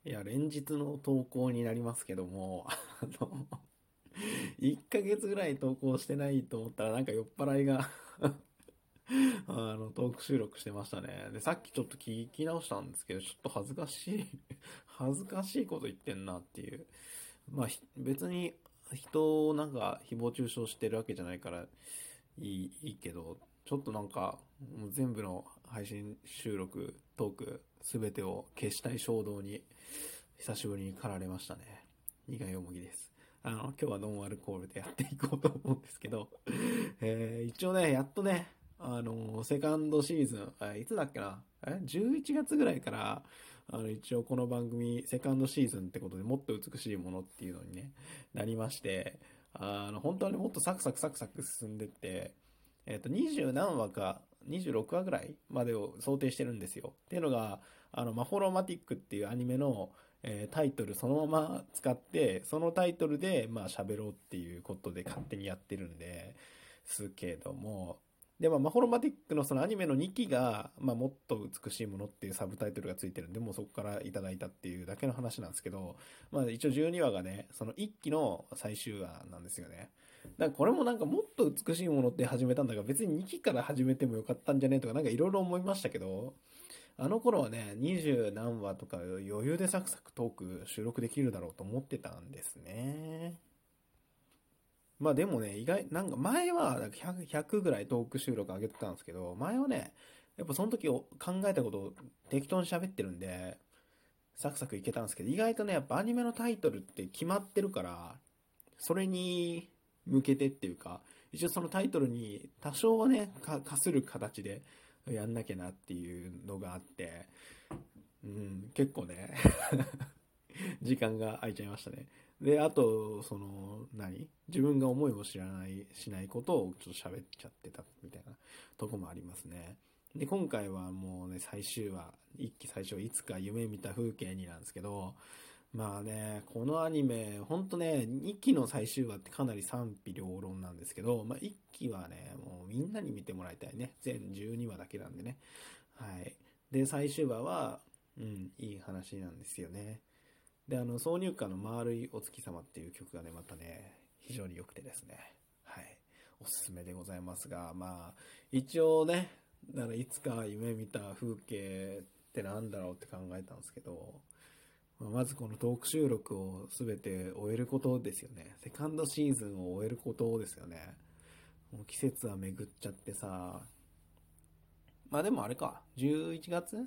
いや、連日の投稿になりますけども、の、1ヶ月ぐらい投稿してないと思ったらなんか酔っ払いがトーク収録してましたね。で、さっきちょっと聞き直したんですけど、ちょっと恥ずかしい恥ずかしいこと言ってんなっていう。まあ、別に人をなんか誹謗中傷してるわけじゃないからいいけど、ちょっとなんか、もう全部の配信収録、トーク、すべてを消したい衝動に久しぶりに駆られましたね。苦い思いです。今日はノンアルコールでやっていこうと思うんですけど、一応ね、やっとね、セカンドシーズン、いつだっけな、11月ぐらいから、一応この番組、セカンドシーズンってことでもっと美しいものっていうのにね、なりまして、本当はね、もっとサクサクサクサク進んでって、20何話か、26話ぐらいまでを想定してるんですよ。っていうのが、マホロマティックっていうアニメの、タイトルそのまま使って、そのタイトルで、まあ喋ろうっていうことで勝手にやってるんですけども、で、まあ、マホロマティックのそのアニメの2期が、まあ、もっと美しいものっていうサブタイトルがついてるんで、もうそこからいただいたっていうだけの話なんですけど、まあ、一応12話がね、その1期の最終話なんですよね。だからこれもなんかもっと美しいものって始めたんだが、別に2期から始めてもよかったんじゃねとか、なんかいろいろ思いましたけど、あの頃はね、20何話とか余裕でサクサクトーク収録できるだろうと思ってたんですね。まあでもね、なんか前は100ぐらいトーク収録上げてたんですけど、前はね、やっぱその時を考えたことを適当に喋ってるんで、サクサクいけたんですけど、意外とね、やっぱアニメのタイトルって決まってるから、それに向けてっていうか、一応そのタイトルに多少はね、かする形でやんなきゃなっていうのがあって、うん、結構ね時間が空いちゃいましたね。で、あと、自分が思いもしないことをちょっと喋っちゃってたみたいなとこもありますね。で、今回はもうね、最終話、一期最初、いつか夢見た風景になんですけど、まあね、このアニメ、ほんとね、2期の最終話ってかなり賛否両論なんですけど、まあ1期はね、もうみんなに見てもらいたいね。全12話だけなんでね。はい。で、最終話は、うん、いい話なんですよね。で、挿入歌の丸いお月様っていう曲がね、またね、非常に良くてですね。はい。おすすめでございますが、まあ、一応ね、だからいつか夢見た風景ってなんだろうって考えたんですけど、まずこのトーク収録を全て終えることですよね。セカンドシーズンを終えることですよね。もう季節は巡っちゃってさ、まあでもあれか、11月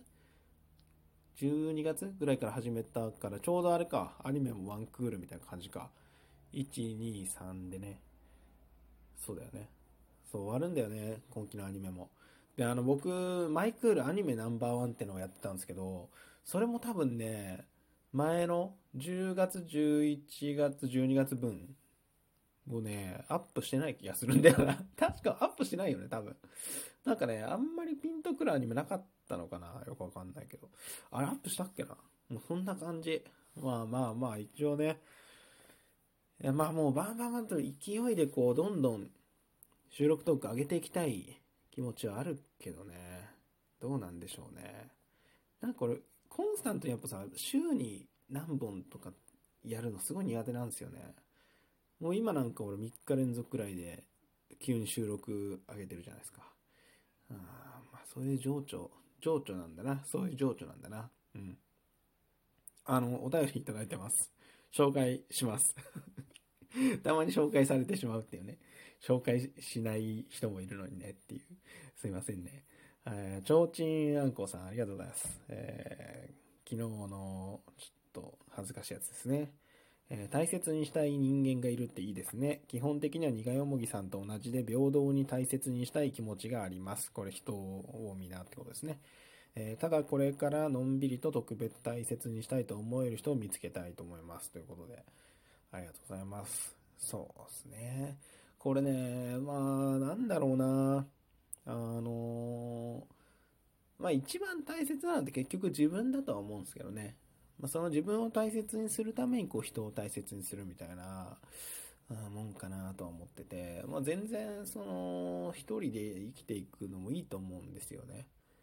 ?12 月ぐらいから始めたから、ちょうどあれか、アニメもワンクールみたいな感じか。1、2、3でね。そうだよね。そう、終わるんだよね、今期のアニメも。で、僕、マイクールアニメナンバーワンってのをやってたんですけど、それも多分ね、前の10月、11月、12月分をね、アップしてない気がするんだよな。確かアップしてないよね、多分。なんかね、あんまりピンとくるアニメなかったのかな、よくわかんないけど。あれ、アップしたっけな。もうそんな感じ。まあまあまあ、一応ね、いやまあもうバンバンバンと勢いでこう、どんどん収録トーク上げていきたい気持ちはあるけどね。どうなんでしょうね。なんかこれ、コンスタントにやっぱさ、週に何本とかやるのすごい苦手なんですよね。もう今なんか俺3日連続くらいで急に収録上げてるじゃないですか。まあそういう情緒なんだな。そういう情緒なんだな。うん。お便りいただいてます。紹介します。たまに紹介されてしまうっていうね。紹介しない人もいるのにねっていう。すいませんね。ちょうちんあんこさんありがとうございます。昨日のちょっと恥ずかしいやつですね。大切にしたい人間がいるっていいですね。基本的には苦よもぎさんと同じで平等に大切にしたい気持ちがあります。これ人を皆ってことですね。ただこれからのんびりと特別大切にしたいと思える人を見つけたいと思います。ということで、ありがとうございます。そうですね。これね、まあ、なんだろうな。あのまあ一番大切なのって結局自分だとは思うんですけどね。まあその自分を大切にするためにこう人を大切にするみたいなもんかなとは思ってて、まあ全然その一人で生きていくのもいいと思うんですよね。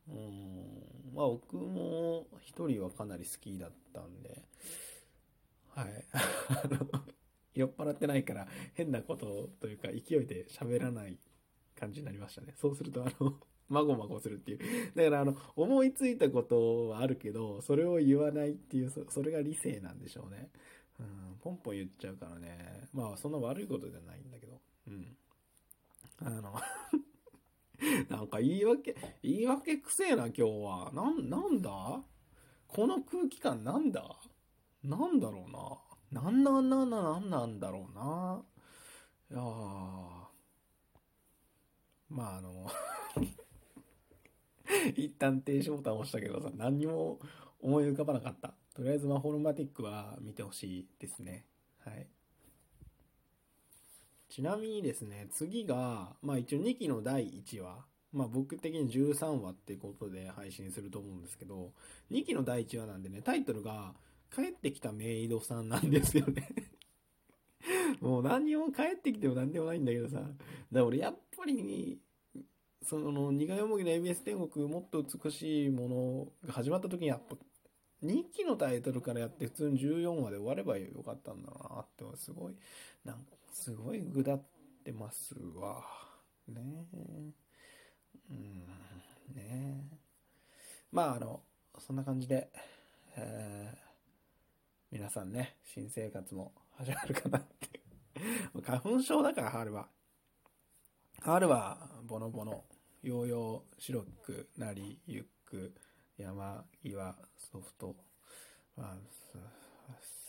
まあ僕も一人はかなり好きだったんで、はい。酔っ払ってないから変なことというか勢いで喋らない感じになりましたね。そうするとまごまごするっていう。だから思いついたことはあるけど、それを言わないっていう、それが理性なんでしょうね。うん、ポンポン言っちゃうからね。まあそんな悪いことじゃないんだけど。うん。あのなんか言い訳くせえな今日は。なんだこの空気感なんだなんだろうな。なんなんだろうな。いやー、まあ一旦停止ボタン押したけどさ、何にも思い浮かばなかった。とりあえずマホルマティックは見てほしいですね。はい。ちなみにですね、次が、まあ一応2期の第1話。まあ僕的に13話ってことで配信すると思うんですけど、2期の第1話なんでね、タイトルが、帰ってきたメイドさんなんですよね。もう何にも帰ってきても何でもないんだけどさ。だから俺やっぱり、その、苦よもぎの ABS 天国もっと美しいものが始まった時にやっぱ2期のタイトルからやって普通に14話で終わればよかったんだなってすごい、なんかすごいぐだってますわ。ねえ。うん、ねえ。まあそんな感じで、え皆さんね、新生活も始まるかなって花粉症だから春は。春はボノボノ、ヨーヨー、白くなり、ゆっく、山、岩、ソフト、まあ、